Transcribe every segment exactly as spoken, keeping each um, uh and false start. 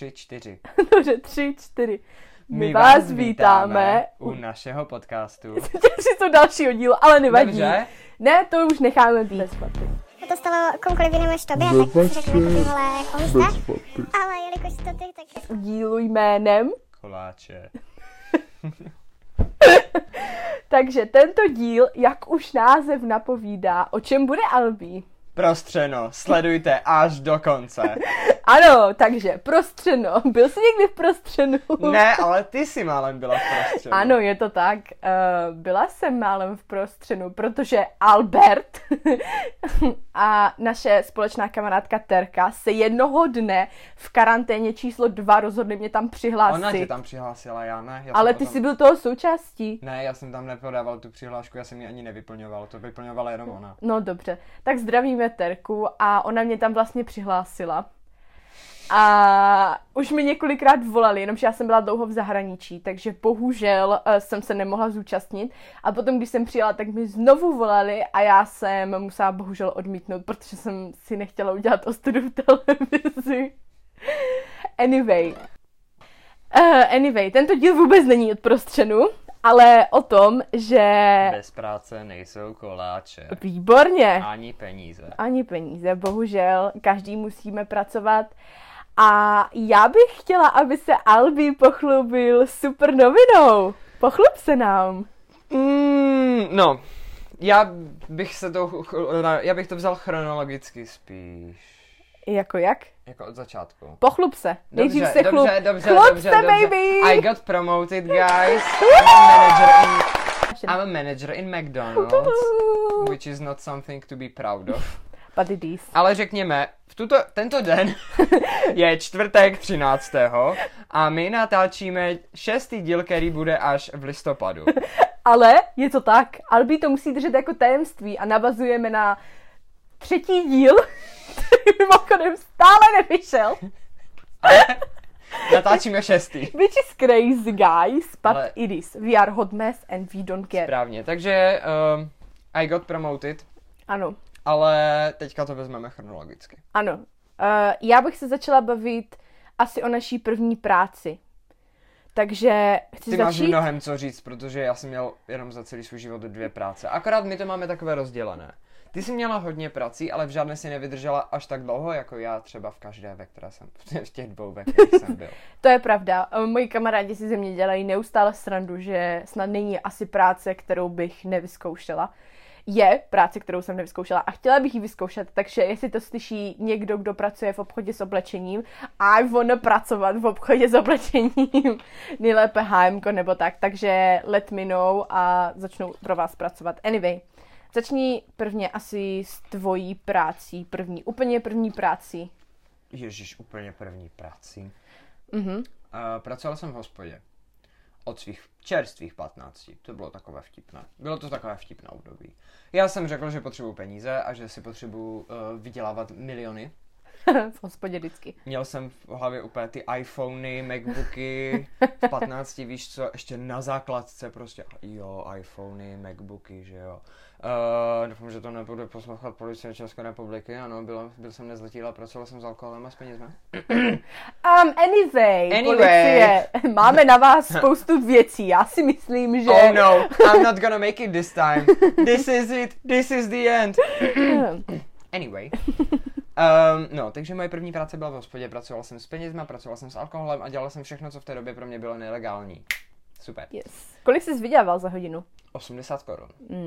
tři, čtyři. Dobře, tři, čtyři. My, My vás vítáme u našeho podcastu. Těši to dalšího dílu, ale nevadí. Dobře. Ne, to už necháme být. To to stalo komukoliv jinému než tobě, tak si řekneme, ty vole, kohusta. Ale jelikož to ty, tak... Dílu jménem. Koláče. Takže tento díl, jak už název napovídá, o čem bude, Albí? Prostřeno, sledujte až do konce. Ano, takže Prostřeno. Byl jsi někdy v Prostřenu? Ne, ale ty jsi málem byla v Prostřenu. Ano, je to tak. Uh, byla jsem málem v Prostřenu, protože Albert a naše společná kamarádka Terka se jednoho dne v karanténě číslo dva rozhodli mě tam přihlásit. Ona tě tam přihlásila, já ne. Já ale ty potom... jsi byl toho součástí. Ne, já jsem tam nepodával tu přihlášku, já jsem ji ani nevyplňoval, to vyplňovala jenom ona. No dobře, tak zdravíme Terku a ona mě tam vlastně přihlásila. A už mi několikrát volali, jenomže já jsem byla dlouho v zahraničí, takže bohužel uh, jsem se nemohla zúčastnit. A potom, když jsem přijela, tak mi znovu volali a já jsem musela bohužel odmítnout, protože jsem si nechtěla udělat ostudu v televizi. Anyway. Uh, anyway, tento díl vůbec není od Prostřenu, ale o tom, že... Bez práce nejsou koláče. Výborně. Ani peníze. Ani peníze, bohužel. Každý musíme pracovat. A já bych chtěla, aby se Albi pochlubil super novinou. Pochlup se nám. Mm, no, já bych se to, já bych to vzal chronologicky spíš. Jako jak? Jako od začátku. Pochlup se. Nejdřív Dobře, se chlup. dobře, dobře, chlup dobře, se, dobře. baby! I got promoted, guys. I'm a manager in, I'm a manager in McDonald's, which is not something to be proud of. But it is. Ale řekněme, v tuto, tento den je čtvrtek třináctého a my natáčíme šestý díl, který bude až v listopadu. Ale je to tak. Albi to musí držet jako tajemství a navazujeme na třetí díl, který mimochodem stále nevyšel. Ale natáčíme šestý. Which is crazy, guys, but Ale... it is. We are hot mess and we don't care. Správně, takže um, I got promoted. Ano. Ale teďka to vezmeme chronologicky. Ano. Uh, já bych se začala bavit asi o naší první práci. Takže chci Ty začít... máš mnohem co říct, protože já jsem měl jenom za celý svůj život dvě práce. Akorát my to máme takové rozdělené. Ty jsi měla hodně prací, ale v žádné si nevydržela až tak dlouho, jako já třeba v každé, ve které jsem, v těch dvou, ve kterých jsem byl. To je pravda. Moji kamarádi si ze mě dělají neustále srandu, že snad není asi práce, kterou bych nevyzkoušela. Je práce, kterou jsem nevyzkoušela a chtěla bych ji vyzkoušet, takže jestli to slyší někdo, kdo pracuje v obchodě s oblečením, I wanna pracovat v obchodě s oblečením, nejlépe há emko nebo tak, takže let me know a začnu pro vás pracovat. Anyway, začni prvně asi s tvojí prácí, první, úplně první práci. Ježíš, úplně první práci. Mhm. Uh, pracoval jsem v hospodě. Od svých čerstvých patnácti. To bylo takové vtipné. Bylo to takové vtipné období. Já jsem řekl, že potřebuju peníze a že si potřebuju uh, vydělávat miliony. V hospodě vždycky. Měl jsem v hlavě úplně ty iPhony, Macbooky. V patnácti, víš co, ještě na základce prostě. Jo, iPhony, Macbooky, že jo. Uh, doufám, že to nebude poslouchat policie České republiky. Ano, byl, byl jsem nezletilá, pracoval jsem s alkoholem a s penězmi. Um, anyway, Anyway. policie, máme na vás spoustu věcí. Já si myslím, že... Oh no, I'm not gonna make it this time. This is it, this is the end. Anyway. Um, no, takže moje první práce byla v hospodě. Pracoval jsem s penězma, pracoval jsem s alkoholem a dělal jsem všechno, co v té době pro mě bylo nelegální. Super. Yes. Kolik jsi vydělával za hodinu? osmdesát korun.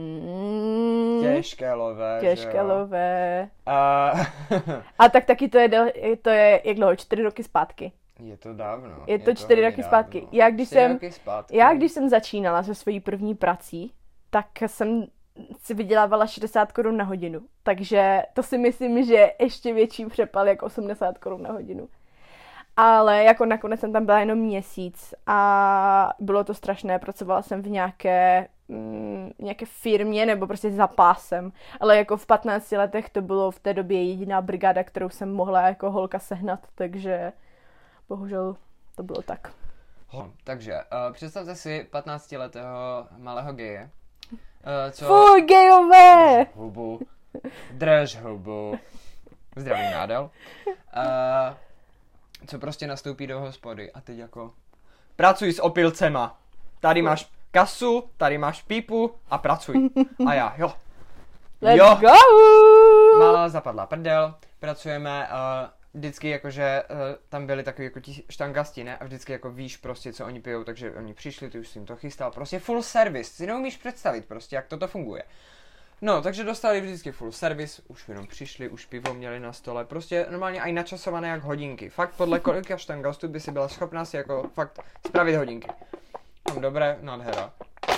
Mm, Těžké lové, Těžké lové. Uh, A tak taky to je, del, to je jak dlouho? Čtyři roky zpátky. je to dávno. Je to čtyři roky dávno. zpátky. Já když, čtyři jsem, roky zpátky. já když jsem začínala se svojí první prací, tak jsem si vydělávala šedesát korun na hodinu. Takže to si myslím, že je ještě větší přepal jak osmdesát korun na hodinu. Ale jako nakonec jsem tam byla jenom měsíc a bylo to strašné. Pracovala jsem v nějaké, mm, nějaké firmě nebo prostě za pásem. Ale jako v patnácti letech to bylo v té době jediná brigáda, kterou jsem mohla jako holka sehnat, takže bohužel to bylo tak. Ho, takže uh, představte si patnáctiletého malého geje. Uh, co... Fuj, gejové! Drž hubu. Drž hubu. Zdravím, Nádel. Uh, co prostě nastoupí do hospody a teď jako pracuj s opilcema. Tady máš kasu, tady máš pípu a pracuj. A já, jo. Let's jo. go! Malá zapadla prdel, pracujeme, uh, vždycky jakože uh, tam byli takový jako ti štangasti, ne? A vždycky jako víš prostě, co oni pijou, takže oni přišli, ty už si jim to chystal, prostě full service, si neumíš představit prostě, jak toto funguje. No, takže dostali vždycky full service, už jenom přišli, už pivo měli na stole, prostě normálně i načasované jak hodinky. Fakt podle kolika štangastů by si byla schopná si jako fakt spravit hodinky. No, dobré, nádhera.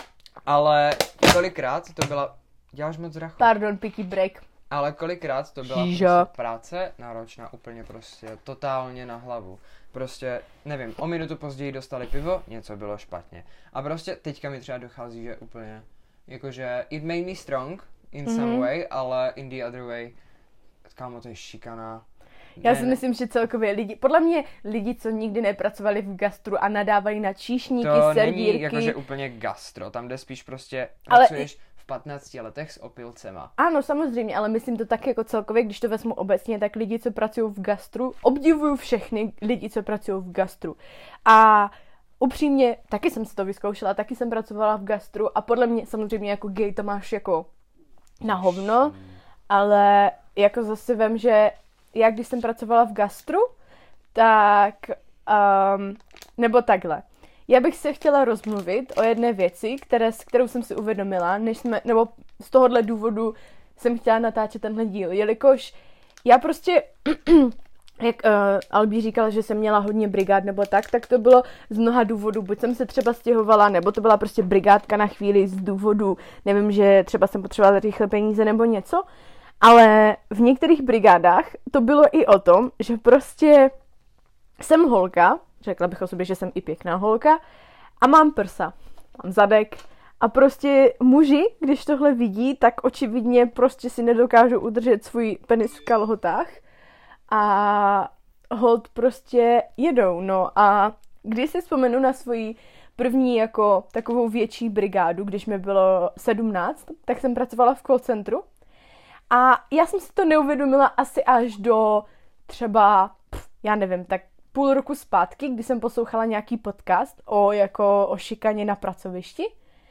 Ale kolikrát to byla, děláš moc rachu. Pardon, picky break. Ale kolikrát to byla Žížo. prostě práce náročná úplně prostě totálně na hlavu. Prostě, nevím, o minutu později dostali pivo, něco bylo špatně. A prostě teďka mi třeba dochází, že úplně, jakože it made me strong in mm-hmm. some way, ale in the other way, kámo, to je šikana. Já si myslím, že celkově lidi, podle mě lidi, co nikdy nepracovali v gastru a nadávají na číšníky, to serdírky. není jakože úplně gastro, tam jde spíš prostě, pracuješ ale v patnácti letech s opilcema. Ano, samozřejmě, ale myslím to tak jako celkově, když to vezmu obecně, tak lidi, co pracují v gastru, obdivuju všechny lidi, co pracují v gastru. A upřímně, taky jsem si to vyzkoušela, taky jsem pracovala v gastru a podle mě samozřejmě jako gay to máš jako na hovno, ale jako zase vím, že já když jsem pracovala v gastru, tak, um, nebo takhle. Já bych se chtěla rozmluvit o jedné věci, které, kterou jsem si uvědomila, než jsme, nebo z tohohle důvodu jsem chtěla natáčet tenhle díl, jelikož já prostě, jak uh, Albí říkala, že jsem měla hodně brigád nebo tak, tak to bylo z mnoha důvodů, buď jsem se třeba stěhovala, nebo to byla prostě brigádka na chvíli z důvodu, nevím, že třeba jsem potřebovala rychle peníze nebo něco, ale v některých brigádách to bylo i o tom, že prostě jsem holka, řekla bych o sobě, že jsem i pěkná holka a mám prsa, mám zadek a prostě muži, když tohle vidí, tak očividně prostě si nedokážou udržet svůj penis v kalhotách a hold prostě jedou, no a když si vzpomenu na svoji první jako takovou větší brigádu, když mi bylo sedmnáct, tak jsem pracovala v call centru. A já jsem si to neuvědomila asi až do třeba, pff, já nevím, tak půl roku zpátky, kdy jsem poslouchala nějaký podcast o, jako, o šikaně na pracovišti.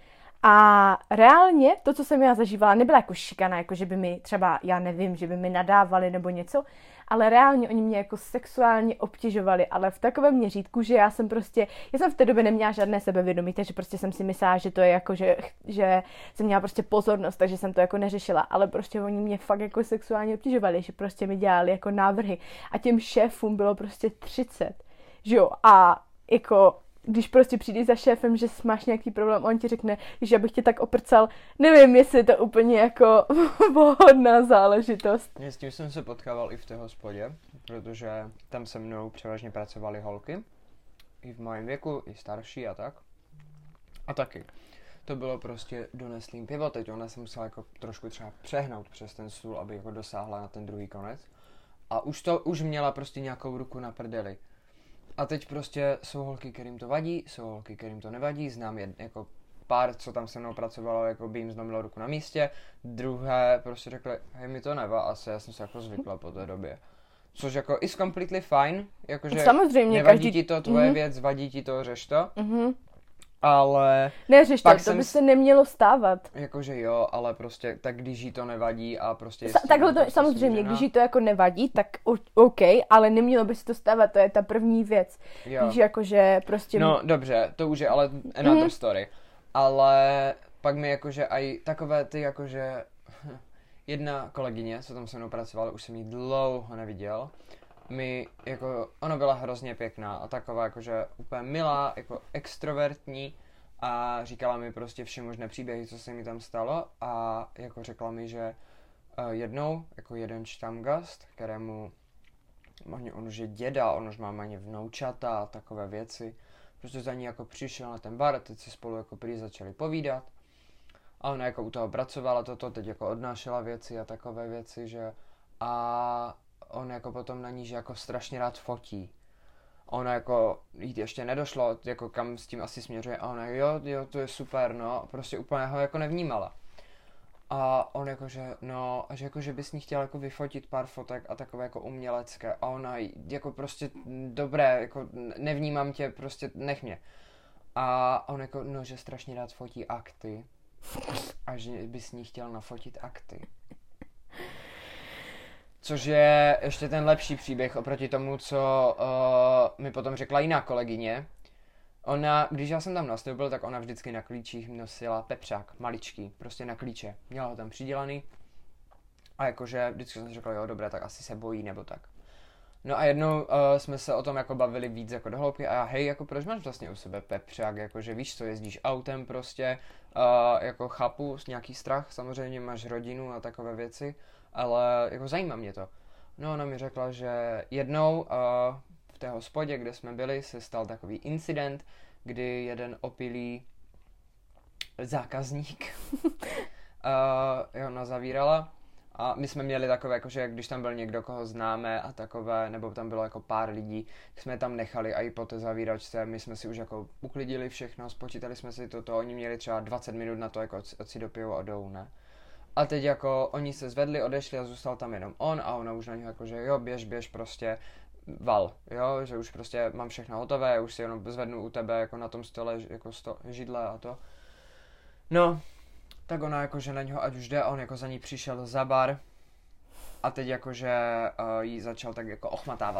A reálně to, co jsem já zažívala, nebyla jako šikana, jako že by mi třeba, já nevím, že by mi nadávali nebo něco, ale reálně oni mě jako sexuálně obtěžovali, ale v takovém měřítku, že já jsem prostě, já jsem v té době neměla žádné sebevědomí, takže prostě jsem si myslela, že to je jako, že, že jsem měla prostě pozornost, takže jsem to jako neřešila, ale prostě oni mě fakt jako sexuálně obtěžovali, že prostě mi dělali jako návrhy a těm šéfům bylo prostě třicet, že jo, a jako když prostě přijdeš za šéfem, že máš nějaký problém, on ti řekne, že já bych tě tak oprcal, nevím, jestli je to úplně jako vhodná záležitost. S tím jsem se potkával i v té hospodě, protože tam se mnou převážně pracovaly holky, i v mém věku, i starší a tak. A taky. To bylo prostě doneslý pivo, teď ona se musela jako trošku třeba přehnout přes ten stůl, aby jako dosáhla na ten druhý konec. A už to, už měla prostě nějakou ruku na prdeli. A teď prostě jsou holky, kterým to vadí, jsou holky, kterým to nevadí, znám jed, jako pár, co tam se mnou pracovalo, jako by jim zlomilo ruku na místě, druhé prostě řekli, hej, mi to nevá, asi já jsem se jako zvykla po té době. Což jako is completely fine, jakože samozřejmě, nevadí každý... ti to, tvoje mm-hmm. věc, vadí ti to, řeš to, mm-hmm. ale... Neřeš to, to by se nemělo stávat. Jakože jo, ale prostě, tak když jí to nevadí a prostě... Sa- takhle to, samozřejmě, když jí to jako nevadí, tak OK, ale nemělo by se to stávat, to je ta první věc. Jo. Víš, jakože prostě... No dobře, to už je ale another mm-hmm. story. Ale pak mi jakože aj takové ty jakože... Jedna kolegyně, co tam se mnou pracovala, už jsem jí dlouho neviděl, mi jako, ona byla hrozně pěkná a taková jakože úplně milá, jako extrovertní a říkala mi prostě vše možné příběhy, co se mi tam stalo a jako řekla mi, že uh, jednou, jako jeden štamgast, kterému, on už je děda, on už má maně vnoučata a takové věci, prostě za ní jako přišel na ten bar a teď si spolu jako prý začali povídat. A ona jako u toho pracovala toto, teď jako odnášela věci a takové věci, že a on jako potom na ní, že jako strašně rád fotí. Ona jako, jí ještě nedošlo, jako kam s tím asi směřuje a ona jo, jo, to je super, no, prostě úplně ho jako nevnímala. A on jakože, no, a že jako, že bys ní chtěl jako vyfotit pár fotek a takové jako umělecké. A ona jako prostě dobré, jako nevnímám tě, prostě nech mě. A on jako, no, že strašně rád fotí akty. A že bys ní chtěl nafotit akty. Což je ještě ten lepší příběh oproti tomu, co uh, mi potom řekla jiná kolegyně. Ona, když já jsem tam nastoupil, tak ona vždycky na klíčích nosila pepřák, maličký, prostě na klíče. Měla ho tam přidělaný a jakože vždycky jsem řekl, jo, dobré, tak asi se bojí nebo tak. No a jednou uh, jsme se o tom jako bavili víc jako do hloubky a já, hej, jako proč máš vlastně u sebe pepřák, jakože víš co, jezdíš autem prostě, uh, jako chápu, nějaký strach, samozřejmě máš rodinu a takové věci, ale jako zajímá mě to. No ona mi řekla, že jednou uh, v té hospodě, kde jsme byli, se stal takový incident, kdy jeden opilý zákazník uh, jo, nás zavírala. A my jsme měli takové, jakože když tam byl někdo, koho známe a takové, nebo tam bylo jako pár lidí, jsme tam nechali a i po té zavíračce, my jsme si už jako uklidili všechno, spočítali jsme si toto, oni měli třeba dvacet minut na to, jako ať si dopijou a jdou, ne? A teď jako oni se zvedli, odešli a zůstal tam jenom on a ona už na něho jako, že jo, běž, běž prostě, val, jo, že už prostě mám všechno hotové, už si jenom zvednu u tebe jako na tom stole, jako sto, židle a to. No, tak ona jakože na něho ať už jde, on jako za ní přišel za bar a teď jakože uh, jí začal tak jako ochmatávat.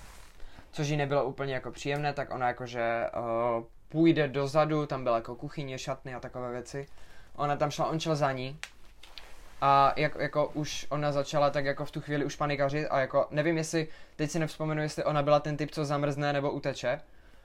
Což jí nebylo úplně jako příjemné, tak ona jakože uh, půjde dozadu, tam byla jako kuchyně, šatny a takové věci. Ona tam šla, on šel za ní a jak, jako už ona začala tak jako v tu chvíli už panikařit a jako nevím jestli, teď si nevzpomenu, jestli ona byla ten typ, co zamrzne nebo uteče,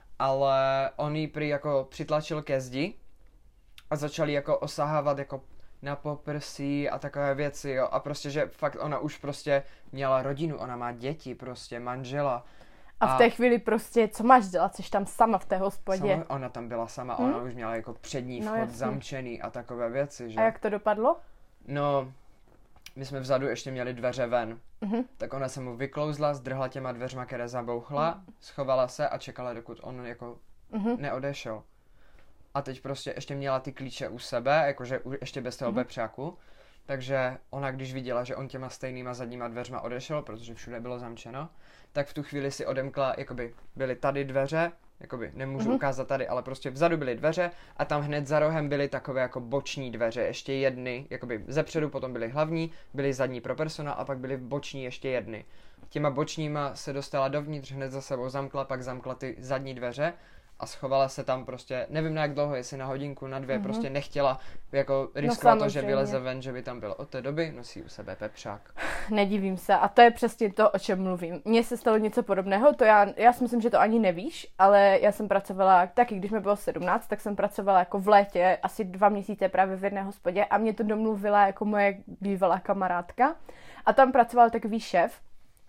ale on jí prý jako přitlačil ke zdi a začali jako osahávat jako na poprsí a takové věci, jo. A prostě, že fakt ona už prostě měla rodinu, ona má děti, prostě manžela. A, a v té chvíli prostě, co máš dělat, jsi tam sama v té hospodě. Sama, ona tam byla sama, hmm? Ona už měla jako přední vchod no, zamčený a takové věci, že. A jak to dopadlo? No, my jsme vzadu ještě měli dveře ven. Mm-hmm. Tak ona se mu vyklouzla, zdrhla těma dveřma, které zabouchla, mm. schovala se a čekala, dokud on jako mm-hmm. neodešel. A teď prostě ještě měla ty klíče u sebe, jakože ještě bez toho mm-hmm. pepřáku. Takže ona, když viděla, že on těma stejnýma zadníma dveřma odešel, protože všude bylo zamčeno, tak v tu chvíli si odemkla, jakoby byly tady dveře, jakoby nemůžu mm-hmm. ukázat tady, ale prostě vzadu byly dveře a tam hned za rohem byly takové jako boční dveře, ještě jedny, jakoby zepředu potom byly hlavní, byly zadní pro personál a pak byly boční ještě jedny. Těma bočníma se dostala dovnitř, hned za sebou zamkla, pak zamkla ty zadní dveře a schovala se tam prostě, nevím na jak dlouho, jestli na hodinku, na dvě, mm-hmm. prostě nechtěla jako riskovat no, to, že vyleze ven, že by tam byl. Od té doby nosí u sebe pepřák. Nedivím se a to je přesně to, o čem mluvím. Mně se stalo něco podobného, to já, já si myslím, že to ani nevíš, ale já jsem pracovala, taky když mi bylo sedmnáct, tak jsem pracovala jako v létě asi dva měsíce právě v jedné hospodě a mě to domluvila jako moje bývalá kamarádka a tam pracoval takový šéf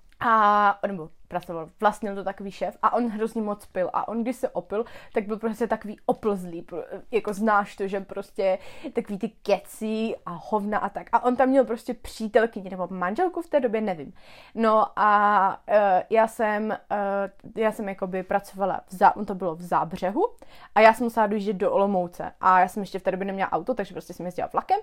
a, nebo pracoval, vlastnil to takový šéf a on hrozně moc pil a on když se opil, tak byl prostě takový oplzlý, jako znáš to, že prostě takový ty keci a hovna a tak a on tam měl prostě přítelkyni nebo manželku v té době, nevím. No a uh, já jsem, uh, já jsem jakoby pracovala, v zá, to bylo v Zábřehu a já jsem musela dojíždět do Olomouce a já jsem ještě v té době neměla auto, takže prostě jsem jezdila vlakem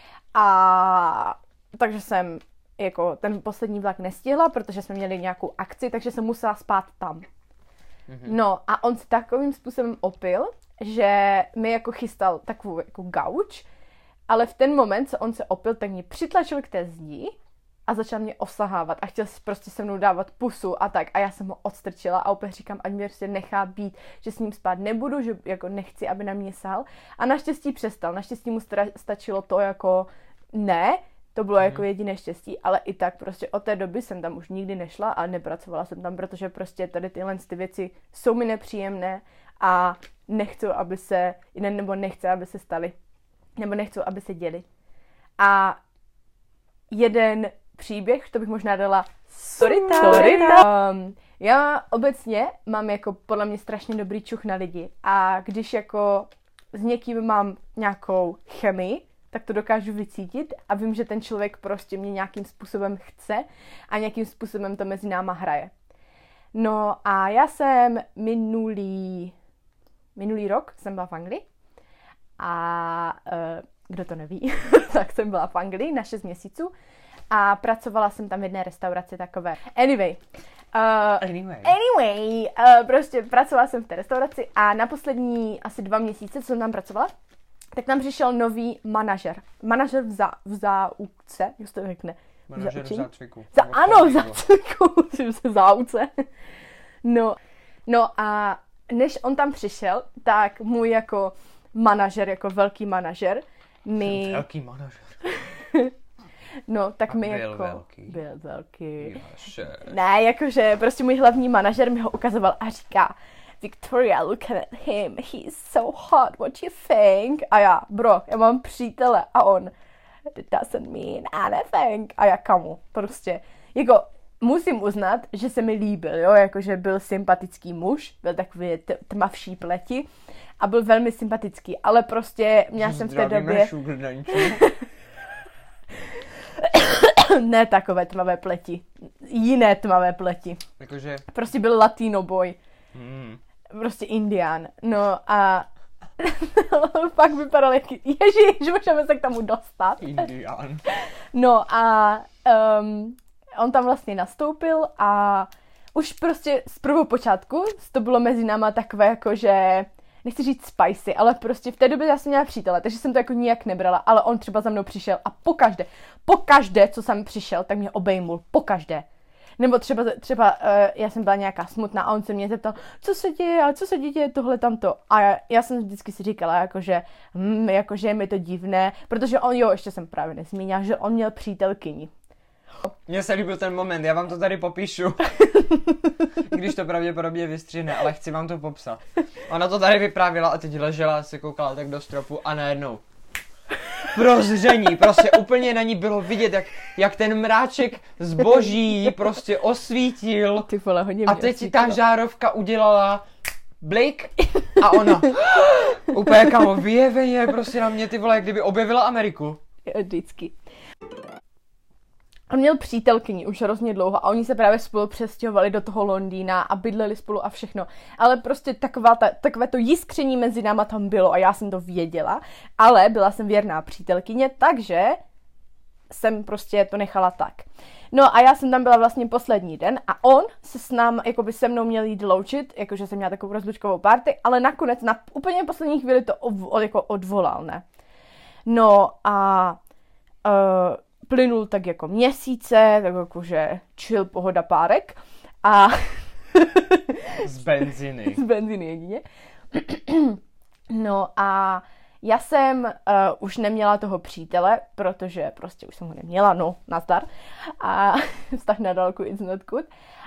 a takže jsem jako ten poslední vlak nestihla, protože jsme měli nějakou akci, takže jsem musela spát tam. Mm-hmm. No a on se takovým způsobem opil, že mi jako chystal takovou jako gauč, ale v ten moment, co on se opil, tak mě přitlačil k té zdi a začal mě osahávat a chtěl si prostě se mnou dávat pusu a tak a já jsem ho odstrčila a opět říkám, ať mě prostě nechá být, že s ním spát nebudu, že jako nechci, aby na mě sál a naštěstí přestal, naštěstí mu stačilo to jako ne. To bylo mm. jako jediné štěstí, ale i tak prostě od té doby jsem tam už nikdy nešla a nepracovala jsem tam, protože prostě tady tyhle ty věci jsou mi nepříjemné a nechci, aby se, nebo nechci, aby se staly, nebo nechci, aby se děly. A jeden příběh, to bych možná dala story time. Um, já obecně mám jako podle mě strašně dobrý čuch na lidi a když jako s někým mám nějakou chemii, tak to dokážu vycítit a vím, že ten člověk prostě mě nějakým způsobem chce a nějakým způsobem to mezi náma hraje. No a já jsem minulý, minulý rok jsem byla v Anglii a uh, kdo to neví, tak jsem byla v Anglii na šest měsíců a pracovala jsem tam v jedné restauraci takové. Anyway. Uh, anyway. Anyway, uh, prostě pracovala jsem v té restauraci a na poslední asi dva měsíce, co jsem tam pracovala, tak tam přišel nový manažer. Manažer v, zá, v záuce, jak se to řekne? Manažer v zácviku. Za, ano, v zácviku, musím se záuce. No, no a než on tam přišel, tak můj jako manažer, jako velký manažer, mi... Velký manažer. No, tak a mi byl jako... velký. Byl velký. Jaše. Ne, jakože prostě můj hlavní manažer mi ho ukazoval a říká, Victoria, look at him, he's so hot, what do you think? A já, bro, já mám přítele a on, it doesn't mean anything. A já, kamu, prostě, jako, musím uznat, že se mi líbil, jo, jakože byl sympatický muž, byl takový t- tmavší pleti a byl velmi sympatický, ale prostě měla jsem v té době... Ne takové tmavé pleti, jiné tmavé pleti. Jakože... Prostě byl latino boy. Hmm. Prostě Indián. No a pak vypadal jak... Ježiš, můžeme se k tomu dostat. Indián. No a um, on tam vlastně nastoupil a už prostě z prvopočátku to bylo mezi náma takové jako, že nechci říct spicy, ale prostě v té době já jsem měla přítele, takže jsem to jako nijak nebrala, ale on třeba za mnou přišel a pokaždé, pokaždé, co jsem přišel, tak mě obejmul, pokaždé. Nebo třeba, třeba uh, já jsem byla nějaká smutná a on se mě zeptal, co se děje a co se děje tohle tamto. A já, já jsem vždycky si říkala, jakože, hm, jakože je mi to divné, protože on, jo, ještě jsem právě nezmínila, že on měl přítelkyni. Mně se líbil ten moment, já vám to tady popíšu. Když to pravděpodobně vystřihne, ale chci vám to popsat. Ona to tady vyprávěla a teď ležela, se koukala tak do stropu a najednou prozření, prostě úplně na ní bylo vidět, jak, jak ten mráček zboží prostě osvítil. Ty vole, hodně a teď si ta žárovka udělala blik a ona úplně kamo vyjeveně prostě na mě, ty vole, jak kdyby objevila Ameriku. Vždycky. On měl přítelkyni už hrozně dlouho a oni se právě spolu přestěhovali do toho Londýna a bydleli spolu a všechno. Ale prostě taková ta, takové to jiskření mezi náma tam bylo a já jsem to věděla, ale byla jsem věrná přítelkyně, takže jsem prostě to nechala tak. No a já jsem tam byla vlastně poslední den a on se s nám, jakoby se mnou měl jít loučit, jakože jsem měla takovou rozlučkovou party, ale nakonec na úplně poslední chvíli to od, jako odvolal, ne? No a... Uh, plynul tak jako měsíce, tak jakože chill, pohoda, párek a... Z benzíny. Z benzíny jedině. No a já jsem uh, už neměla toho přítele, protože prostě už jsem ho neměla, no, nazdar. A vztah na dálku it's not good.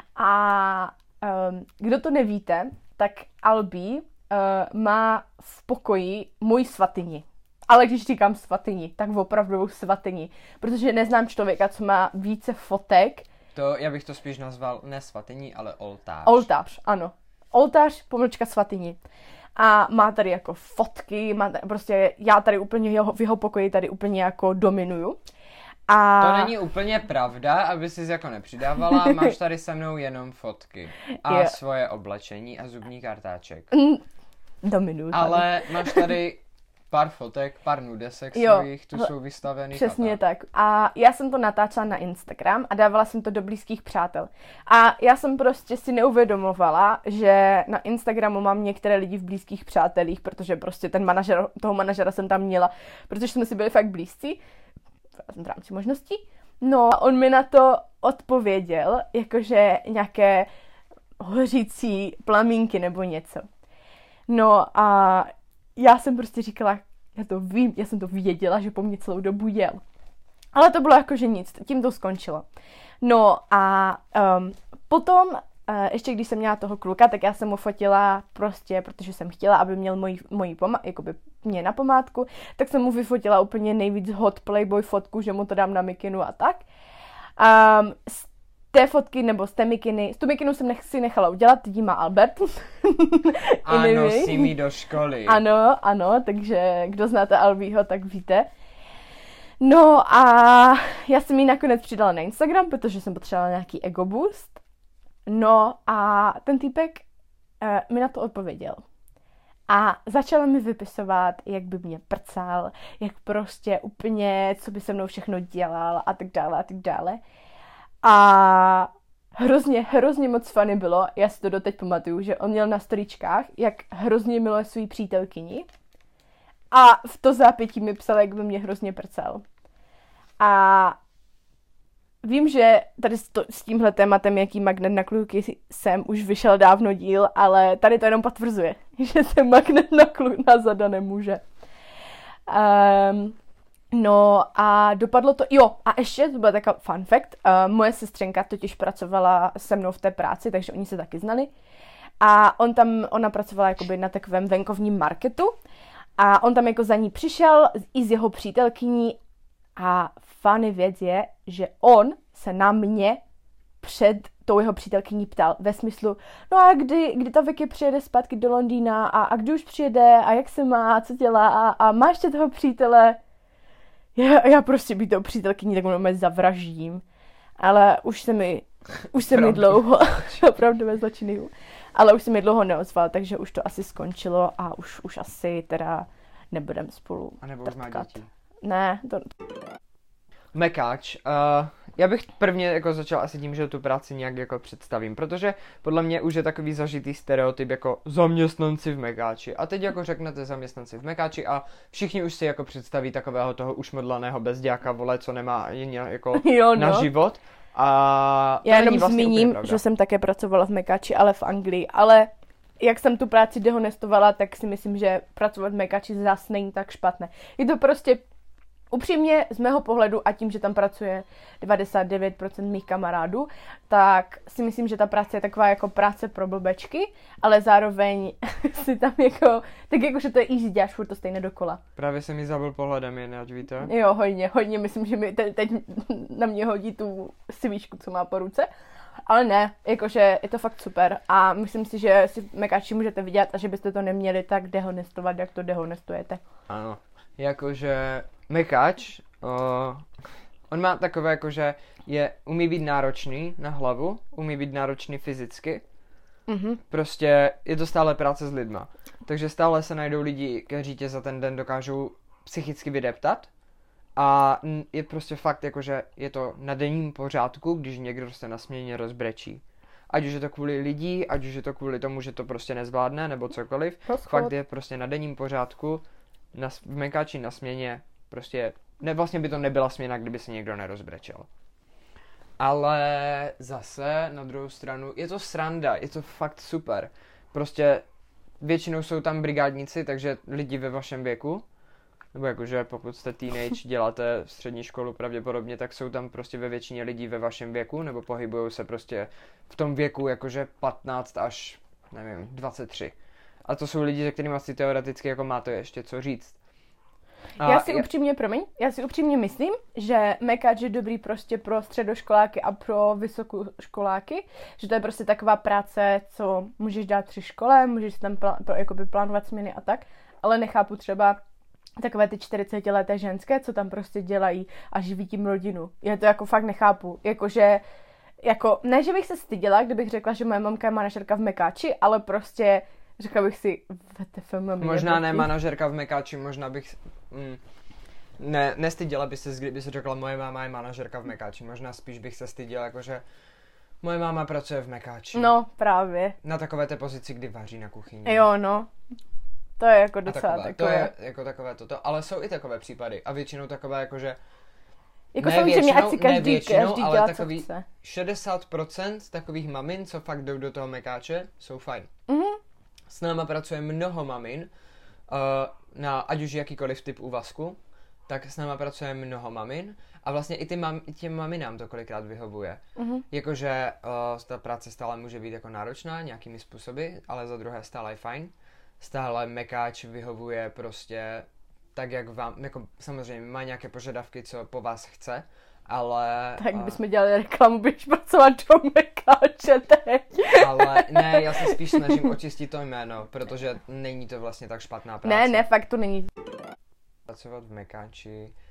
A um, kdo to nevíte, tak Albí uh, má v pokoji můj svatyni. Ale když říkám svatyni, tak opravdu svatyni. Protože neznám člověka, co má více fotek. To, já bych to spíš nazval ne svatyni, ale oltář. Oltář, ano. Oltář, pomlčka svatyni. A má tady jako fotky, má tady, prostě já tady úplně jeho, v jeho pokoji tady úplně jako dominuju. A... To není úplně pravda, aby jsi jako nepřidávala, máš tady se mnou jenom fotky. A je. Svoje oblečení a zubní kartáček. Mm, dominuju tady. Ale máš tady... Pár fotek, pár nudesek jo, svojich, tu jsou vystavený. Přesně tak. tak. A já jsem to natáčela na Instagram a dávala jsem to do blízkých přátel. A já jsem prostě si neuvědomovala, že na Instagramu mám některé lidi v blízkých přátelích, protože prostě ten manažer, toho manažera jsem tam měla, protože jsme si byli fakt blízcí, v rámci možností. No a on mi na to odpověděl, jakože nějaké hořící plamínky nebo něco. No a já jsem prostě říkala, já to vím, já jsem to věděla, že po mně celou dobu jel. Ale to bylo jakože nic, tím to skončilo. No a um, potom, uh, ještě když jsem měla toho kluka, tak já jsem mu fotila prostě, protože jsem chtěla, aby měl moji, moji poma- jakoby mě na památku, tak jsem mu vyfotila úplně nejvíc hot playboy fotku, že mu to dám na mikinu a tak. Um, z té fotky, nebo z té mikiny, z tu mikinu jsem nech, si nechala udělat, jí má Albert. A nosí mi do školy. Ano, ano, takže kdo znáte Albího, tak víte. No a já jsem jí nakonec přidala na Instagram, protože jsem potřebovala nějaký ego boost. No a ten týpek uh, mi na to odpověděl. A začala mi vypisovat, jak by mě prcal, jak prostě úplně, co by se mnou všechno dělal a tak dále a tak dále. A hrozně, hrozně moc funny bylo, já si to doteď pamatuju, že on měl na storíčkách, jak hrozně miluje svou přítelkyni. A v to zápětí mi psal, jak by mě hrozně prcal. A vím, že tady s, to, s tímhle tématem, jaký magnet na kluky jsem, už vyšel dávno díl, ale tady to jenom potvrzuje, že jsem magnet na, klu, na zadané muže. Um, no a dopadlo to, jo, a ještě, to byl takový fun fact, uh, moje sestřenka totiž pracovala se mnou v té práci, takže oni se taky znali. A on tam, ona pracovala jakoby na takovém venkovním marketu a on tam jako za ní přišel i s jeho přítelkyní. A funny věc je, že on se na mě před tou jeho přítelkyní ptal ve smyslu, no a kdy, kdy ta Vicky přijede zpátky do Londýna a, a kdy už přijede a jak se má, a co dělá a, a má ještě toho přítele. Já, já prostě být tou přítelkyní, tak ono mě zavraždím. Ale už se mi, už se mi dlouho, opravdu ve zločinu, ale už se mi dlouho neozval, takže už to asi skončilo a už, už asi teda nebudem spolu A nebo už má děti. Ne, to... Mekáč. Uh, já bych prvně jako začal asi tím, že tu práci nějak jako představím, protože podle mě už je takový zažitý stereotyp jako zaměstnanci v Mekáči. A teď jako řeknete zaměstnanci v Mekáči a všichni už si jako představí takového toho ušmodlaného bezděka, vole, co nemá jen jako jo, no. na život. A já jenom vlastně zmíním, že jsem také pracovala v Mekáči, ale v Anglii, ale jak jsem tu práci dehonestovala, tak si myslím, že pracovat v Mekáči zase není tak špatné. Je to prostě upřímně z mého pohledu a tím, že tam pracuje devadesát devět procent mých kamarádů, tak si myslím, že ta práce je taková jako práce pro blbečky, ale zároveň si tam jako, tak jako, že to je easy, děláš furt to stejně dokola. Právě se mi zabil pohledem, jen ať víte. Jo, hodně, hodně, myslím, že mi te- teď na mě hodí tu sivíčku, co má po ruce. Ale ne, jakože je to fakt super a myslím si, že si Mekáči můžete vidět a že byste to neměli tak dehonestovat, jak to dehonestujete. Ano, jakože Mekáč, uh, on má takové jakože je, umí být náročný na hlavu, umí být náročný fyzicky, mm-hmm. Prostě je to stále práce s lidma, takže stále se najdou lidi, kteří tě za ten den dokážou psychicky vydeptat. A je prostě fakt, jakože je to na denním pořádku, když někdo se na směně rozbrečí. Ať už je to kvůli lidí, ať už je to kvůli tomu, že to prostě nezvládne, nebo cokoliv. Rozchod. Fakt je prostě na denním pořádku, na, v Mekáči na směně, prostě, ne, vlastně by to nebyla směna, kdyby se někdo nerozbrečel. Ale zase, na druhou stranu, je to sranda, je to fakt super. Prostě většinou jsou tam brigádníci, takže lidi ve vašem věku. Nebo jakože pokud jste teenage, děláte střední školu pravděpodobně, tak jsou tam prostě ve většině lidí ve vašem věku, nebo pohybují se prostě v tom věku jakože patnáct až, nevím, dvacet tři. A to jsou lidi, se kterými asi teoreticky jako máte ještě co říct. A já si je... upřímně, promiň, já si upřímně myslím, že Mekáč je dobrý prostě pro středoškoláky a pro vysokoškoláky, že to je prostě taková práce, co můžeš dát při škole, můžeš tam plán, jakoby plánovat směny a tak, ale nechápu třeba takové ty čtyřicetileté ženské, co tam prostě dělají a živí tím rodinu. Já to jako fakt nechápu. Jakože, jako, ne, že bych se styděla, kdybych řekla, že moje mamka je manažerka v Mekáči, ale prostě řekla bych si, V T F M. Možná ne manažerka v Mekáči, možná bych... Mm, ne, nestyděla by se, kdyby se řekla, moje máma je manažerka v Mekáči. Možná spíš bych se styděla, jakože moje máma pracuje v Mekáči. No, právě. Na takové té pozici, kdy vaří na kuchyni. Jo, no. To je jako docela takové. takové. To je jako takové toto, ale jsou i takové případy a většinou takové jakože jako ne samozřejmě, většinou, ať si každý, ne většinou, každý ale dělá, takový co chce. šedesát procent takových mamin, co fakt jdou do toho Mekáče, jsou fajn. Mm-hmm. S náma pracuje mnoho mamin, uh, na ať už jakýkoliv typ úvazku, tak s náma pracuje mnoho mamin a vlastně i, ty mam, i těm maminám to kolikrát vyhovuje. Mm-hmm. Jakože uh, ta práce stále může být jako náročná nějakými způsoby, ale za druhé stále je fajn. Stále Mekáč vyhovuje prostě tak, jak vám, jako samozřejmě má nějaké požadavky, co po vás chce, ale... Tak uh, bychom dělali reklamu, běž pracovat do Mekáče teď. Ale ne, já se spíš snažím očistit to jméno, protože není to vlastně tak špatná práce. Ne, ne, fakt to není. Pracovat v Mekáči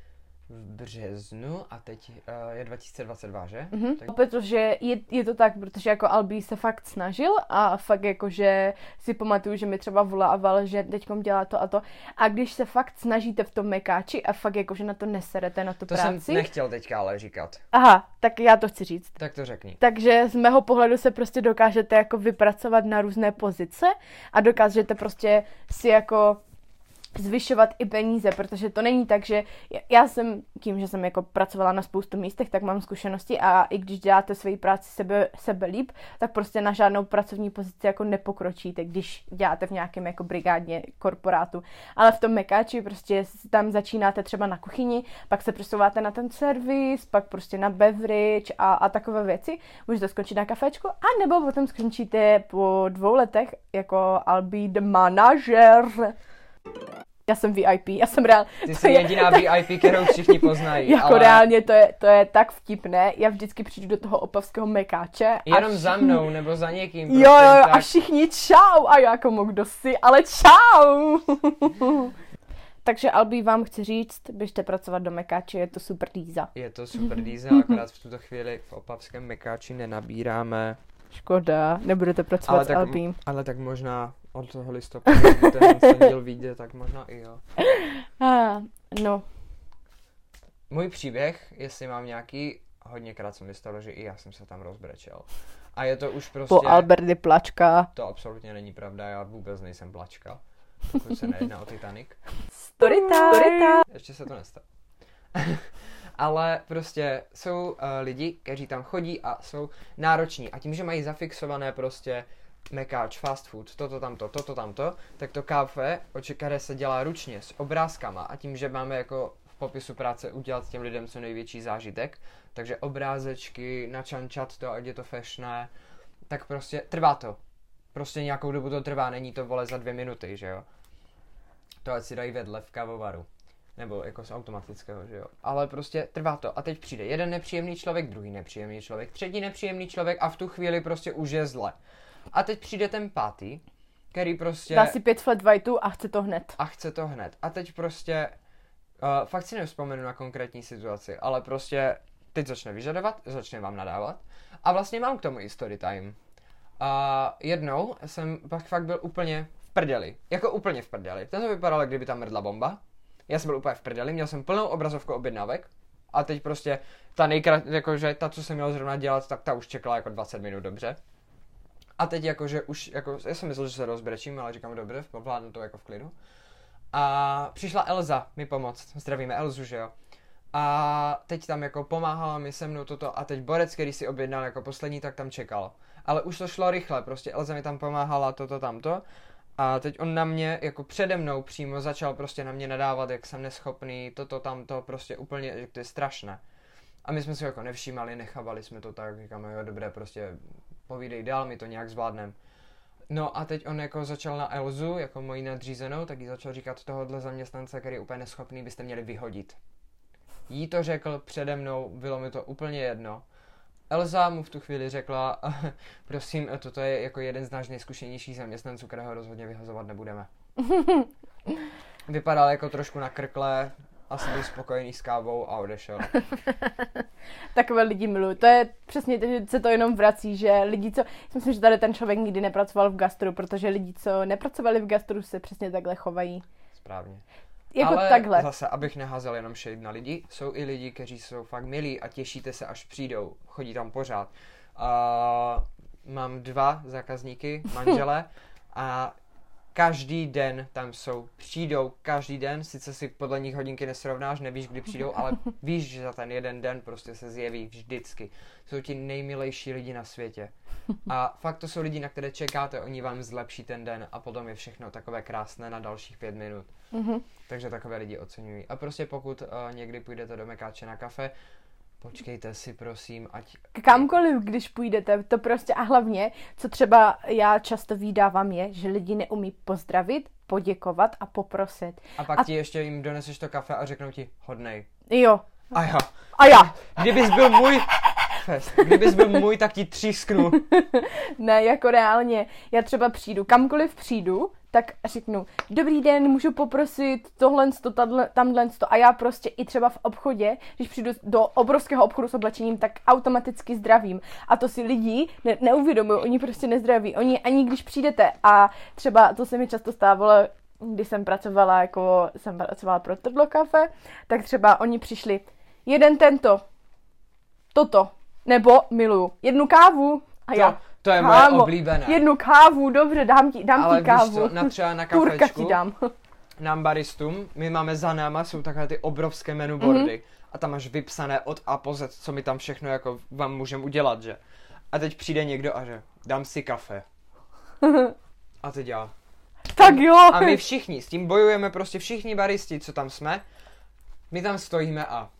v březnu a teď uh, je dva tisíce dvacet dva, že? Mm-hmm. Tak... Protože je, je to tak, protože jako Albí se fakt snažil a fakt jako, že si pamatuju, že mi třeba volával, že teďkom dělá to a to. A když se fakt snažíte v tom mekáči a fakt jako, že na to neserete, na tu to práci. To jsem nechtěl teďka ale říkat. Aha, tak já to chci říct. Tak to řekni. Takže z mého pohledu se prostě dokážete jako vypracovat na různé pozice a dokážete prostě si jako zvyšovat i peníze, protože to není tak, že já jsem tím, že jsem jako pracovala na spoustu místech, tak mám zkušenosti a i když děláte svoji práci sebe, sebe líp, tak prostě na žádnou pracovní pozici jako nepokročíte, když děláte v nějakém jako brigádně korporátu. Ale v tom mekáči prostě tam začínáte třeba na kuchyni, pak se přesouváte na ten servis, pak prostě na beverage a, a takové věci. Můžete skončit na kafečku, a nebo potom skončíte po dvou letech jako Albí the manažer. Já jsem V I P, já jsem reál... Ty jsi jediná V I P, kterou všichni poznají. Jako ale... reálně to je, to je tak vtipné, já vždycky přijdu do toho opavského mekáče. Jenom všichni... za mnou, nebo za někým. Jo, jo, jo, tak... a všichni čau, a já jako kdo jsi, ale čau. Takže Albí vám chci říct, běžte pracovat do mekáče, je to super díza. Je to super díza, akorát v tuto chvíli v opavském mekáči nenabíráme. Škoda, nebudete pracovat ale s tak, Albím. Ale tak možná od toho listopadu, kdy ten díl vyjde, tak možná i jo. Ah, no. Můj příběh, jestli mám nějaký, hodněkrát se mi stalo, že i já jsem se tam rozbrečel. A je to už prostě... Po Alberty plačka. To absolutně není pravda, já vůbec nejsem plačka. Pokud se nejedná o Titanic. Story time. Ještě se to nestalo. Ale prostě jsou uh, lidi, kteří tam chodí a jsou nároční. A tím, že mají zafixované prostě mekáč, fast food, toto tamto, toto tamto, tak to kafe, které se dělá ručně s obrázkama a tím, že máme jako v popisu práce udělat těm lidem co největší zážitek, takže obrázečky, načančat to, ať je to fešné, tak prostě trvá to. Prostě nějakou dobu to trvá, není to vole za dvě minuty, že jo. To ať si dají vedle v kávovaru. Nebo jako z automatického, že jo. Ale prostě trvá to. A teď přijde jeden nepříjemný člověk, druhý nepříjemný člověk, třetí nepříjemný člověk a v tu chvíli prostě už je zle. A teď přijde ten pátý, který prostě... Dá si pět flat whiteů a chce to hned. A chce to hned. A teď prostě... Uh, fakt si nevzpomenu na konkrétní situaci, ale prostě teď začne vyžadovat, začne vám nadávat. A vlastně mám k tomu i story time. A uh, jednou jsem pak fakt byl úplně v prdeli. Jako úplně v prdeli. To to vypadalo, kdyby tam mrdla bomba. Já jsem byl úplně v prdeli, měl jsem plnou obrazovku objednávek. A teď prostě ta nejkrat, jakože ta, co jsem měl zrovna dělat, tak ta už čekala jako dvacet minut dobře. A teď jakože už, jako, já jsem myslel, že se rozbrečím, ale říkám dobře, povládnu to jako v klidu. A přišla Elza mi pomoct, zdravíme Elzu, že jo. A teď tam jako pomáhala mi se mnou toto a teď borec, který si objednal jako poslední, tak tam čekal. Ale už to šlo rychle, prostě Elza mi tam pomáhala toto tamto. A teď on na mě, jako přede mnou přímo začal prostě na mě nadávat, jak jsem neschopný, toto tamto, prostě úplně, že to je strašné. A my jsme si jako nevšímali, nechávali jsme to tak, říkáme, jo dobré, prostě povídej dál, my to nějak zvládneme. No a teď on jako začal na Elzu, jako moji nadřízenou, tak jí začal říkat tohohle zaměstnance, který je úplně neschopný, byste měli vyhodit. Jí to řekl přede mnou, bylo mi to úplně jedno. Elza mu v tu chvíli řekla, prosím, toto je jako jeden z náš nejzkušenějších zaměstnanců, kterého rozhodně vyhazovat nebudeme. Vypadal jako trošku nakrklé, asi byl spokojený s kávou a odešel. Takové lidi miluju. To je přesně, že se to jenom vrací, že lidi, co... Myslím, že tady ten člověk nikdy nepracoval v gastru, protože lidi, co nepracovali v gastru, se přesně takhle chovají. Správně. Jako ale takhle. Zase, abych neházel jenom shade na lidi, jsou i lidi, kteří jsou fakt milí a těšíte se, až přijdou. Chodí tam pořád. Uh, mám dva zákazníky, manžele, a každý den tam jsou, přijdou každý den, sice si podle nich hodinky nesrovnáš, nevíš, kdy přijdou, ale víš, že za ten jeden den prostě se zjeví vždycky. Jsou ti nejmilejší lidi na světě. A fakt to jsou lidi, na které čekáte, oni vám zlepší ten den a potom je všechno takové krásné na dalších pět minut. Mm-hmm. Takže takové lidi oceňují. A prostě pokud uh, někdy půjdete do mekáče na kafe, počkejte si, prosím, ať... Kamkoliv, když půjdete, to prostě a hlavně, co třeba já často vídávám je, že lidi neumí pozdravit, poděkovat a poprosit. A pak a... ti ještě jim doneseš to kafe a řeknou ti hodnej. Jo. A já. A já. Kdybys byl můj... Fest. Kdybys byl můj, tak ti třísknu. Ne, jako reálně. Já třeba přijdu, kamkoliv přijdu, tak řeknu, dobrý den, můžu poprosit tohle, tamhle, a já prostě i třeba v obchodě, když přijdu do obrovského obchodu s oblečením, tak automaticky zdravím. A to si lidi ne- neuvědomují, oni prostě nezdraví. Oni ani když přijdete a třeba, to se mi často stávalo, když jsem pracovala, jako jsem pracovala pro Trdlo kafe, tak třeba oni přišli, jeden tento, toto, nebo miluju, jednu kávu a To, já. to je moje Kámo, oblíbené. jednu kávu, dobře, dám ti, dám Ale ti kávu. víš co, na třeba na Půrka kafečku, ti dám. nám baristům, my máme za náma, jsou takové ty obrovské menuboardy mm-hmm. a tam máš vypsané od A po Z, co my tam všechno jako vám můžeme udělat, že? A teď přijde někdo a že dám si kafe. A teď já. Tak jo. A my všichni, s tím bojujeme prostě všichni baristi, co tam jsme, my tam stojíme a...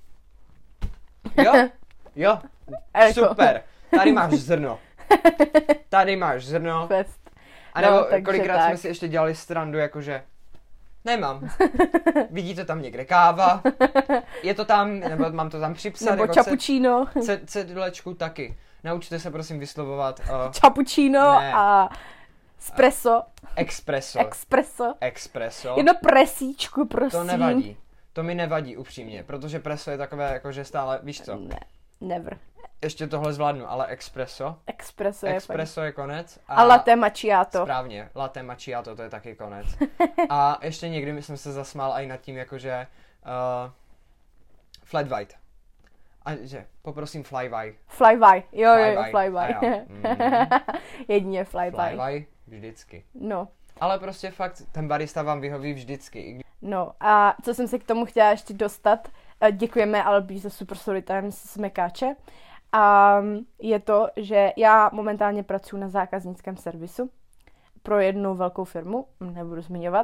Jo? Jo? Super. Tady máš zrno. Tady máš zrno. Fest. A nebo No, takže kolikrát tak. jsme si ještě dělali strandu, jakože nemám. Vidíte tam někde káva? Je to tam, nebo mám to tam připsat? Nebo jako cappuccino. ce- Cedulečku taky. Naučte se prosím vyslovovat uh, Cappuccino Ne. a espresso. expresso. Espresso. Expresso. Jedno presíčku, prosím. To nevadí. To mi nevadí upřímně, protože preso je takové, jakože stále, víš co? Ne, never. Ještě tohle zvládnu, ale expresso. Espresso je fajn. Expresso je konec. A latte macchiato. Správně, latte macchiato, to je taky konec. A ještě někdy jsem se zasmál i nad tím, jakože uh, flat white. A že poprosím fly by. Flyby. Jo, jo, jo, Flyby. flyby. A jo. Mm. Jedině flyby. Fly by vždycky. No. Ale prostě fakt, ten barista vám vyhoví vždycky. I když... No a co jsem se k tomu chtěla ještě dostat, eh, děkujeme Albi za Super Story Time z Mekáče. A je to, že já momentálně pracuji na zákaznickém servisu pro jednu velkou firmu, nebudu zmiňovat,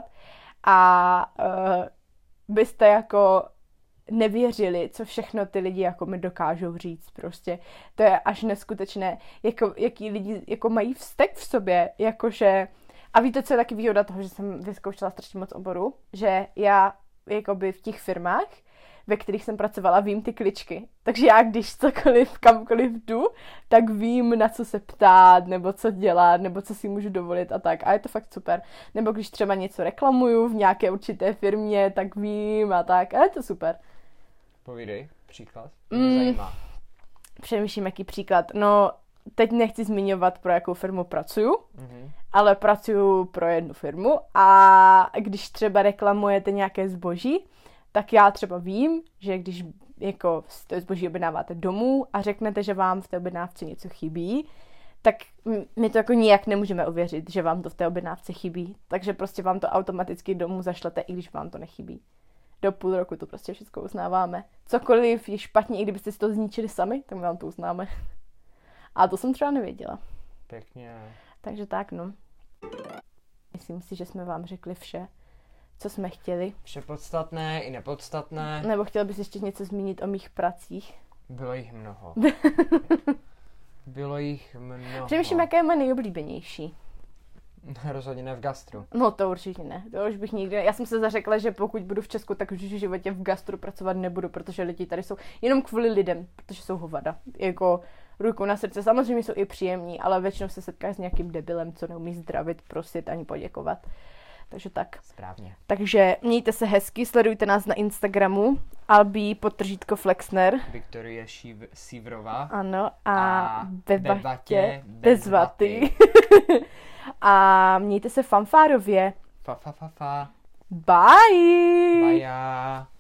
a uh, byste jako nevěřili, co všechno ty lidi jako mi dokážou říct prostě. To je až neskutečné, jako, jaký lidi jako mají vztek v sobě, jakože. A víte, co je taky výhoda toho, že jsem vyzkoušela strašně moc oborů, že já jakoby v těch firmách, ve kterých jsem pracovala, vím ty kličky. Takže já, když cokoliv, kamkoliv jdu, tak vím, na co se ptát, nebo co dělat, nebo co si můžu dovolit a tak. A je to fakt super. Nebo když třeba něco reklamuju v nějaké určité firmě, tak vím a tak. A je to super. Povídej, příklad. Mm. Mě zajímá. Přemýšlím, jaký příklad. No, teď nechci zmiňovat, pro jakou firmu pracuju, Mhm. ale pracuju pro jednu firmu a když třeba reklamujete nějaké zboží, tak já třeba vím, že když jako to zboží objednáváte domů a řeknete, že vám v té objednávce něco chybí, tak my to jako nijak nemůžeme ověřit, že vám to v té objednávce chybí. Takže prostě vám to automaticky domů zašlete, i když vám to nechybí. Do půl roku to prostě všechno uznáváme. Cokoliv je špatně, i kdybyste si to zničili sami, tak my vám to uznáme. A to jsem třeba nevěděla. Pěkně. Takže tak, no. Myslím si, že jsme vám řekli vše, co jsme chtěli. Vše podstatné i nepodstatné. Nebo chtěl bys ještě něco zmínit o mých pracích? Bylo jich mnoho. Bylo jich mnoho. Přemýšlím, jaké je moje nejoblíbenější. Rozhodně ne v gastru. No to určitě ne, to už bych nikdy... Já jsem se zařekla, že pokud budu v Česku, tak už v životě v gastru pracovat nebudu, protože lidi tady jsou jenom kvůli lidem, protože jsou hovada. Jako ruku na srdce, samozřejmě jsou i příjemní, ale většinou se setkáš s nějakým debilem, co neumí zdravit, prosit ani poděkovat. Takže tak. Správně. Takže mějte se hezky, sledujte nás na Instagramu, Albi podtržítko Flexner. Viktorie Šív- Sívrová. Ano, a, A ve ve vatě vatě bez bez vaty. A mějte se fanfárově. Fa fa fa fa. Bye! Baja.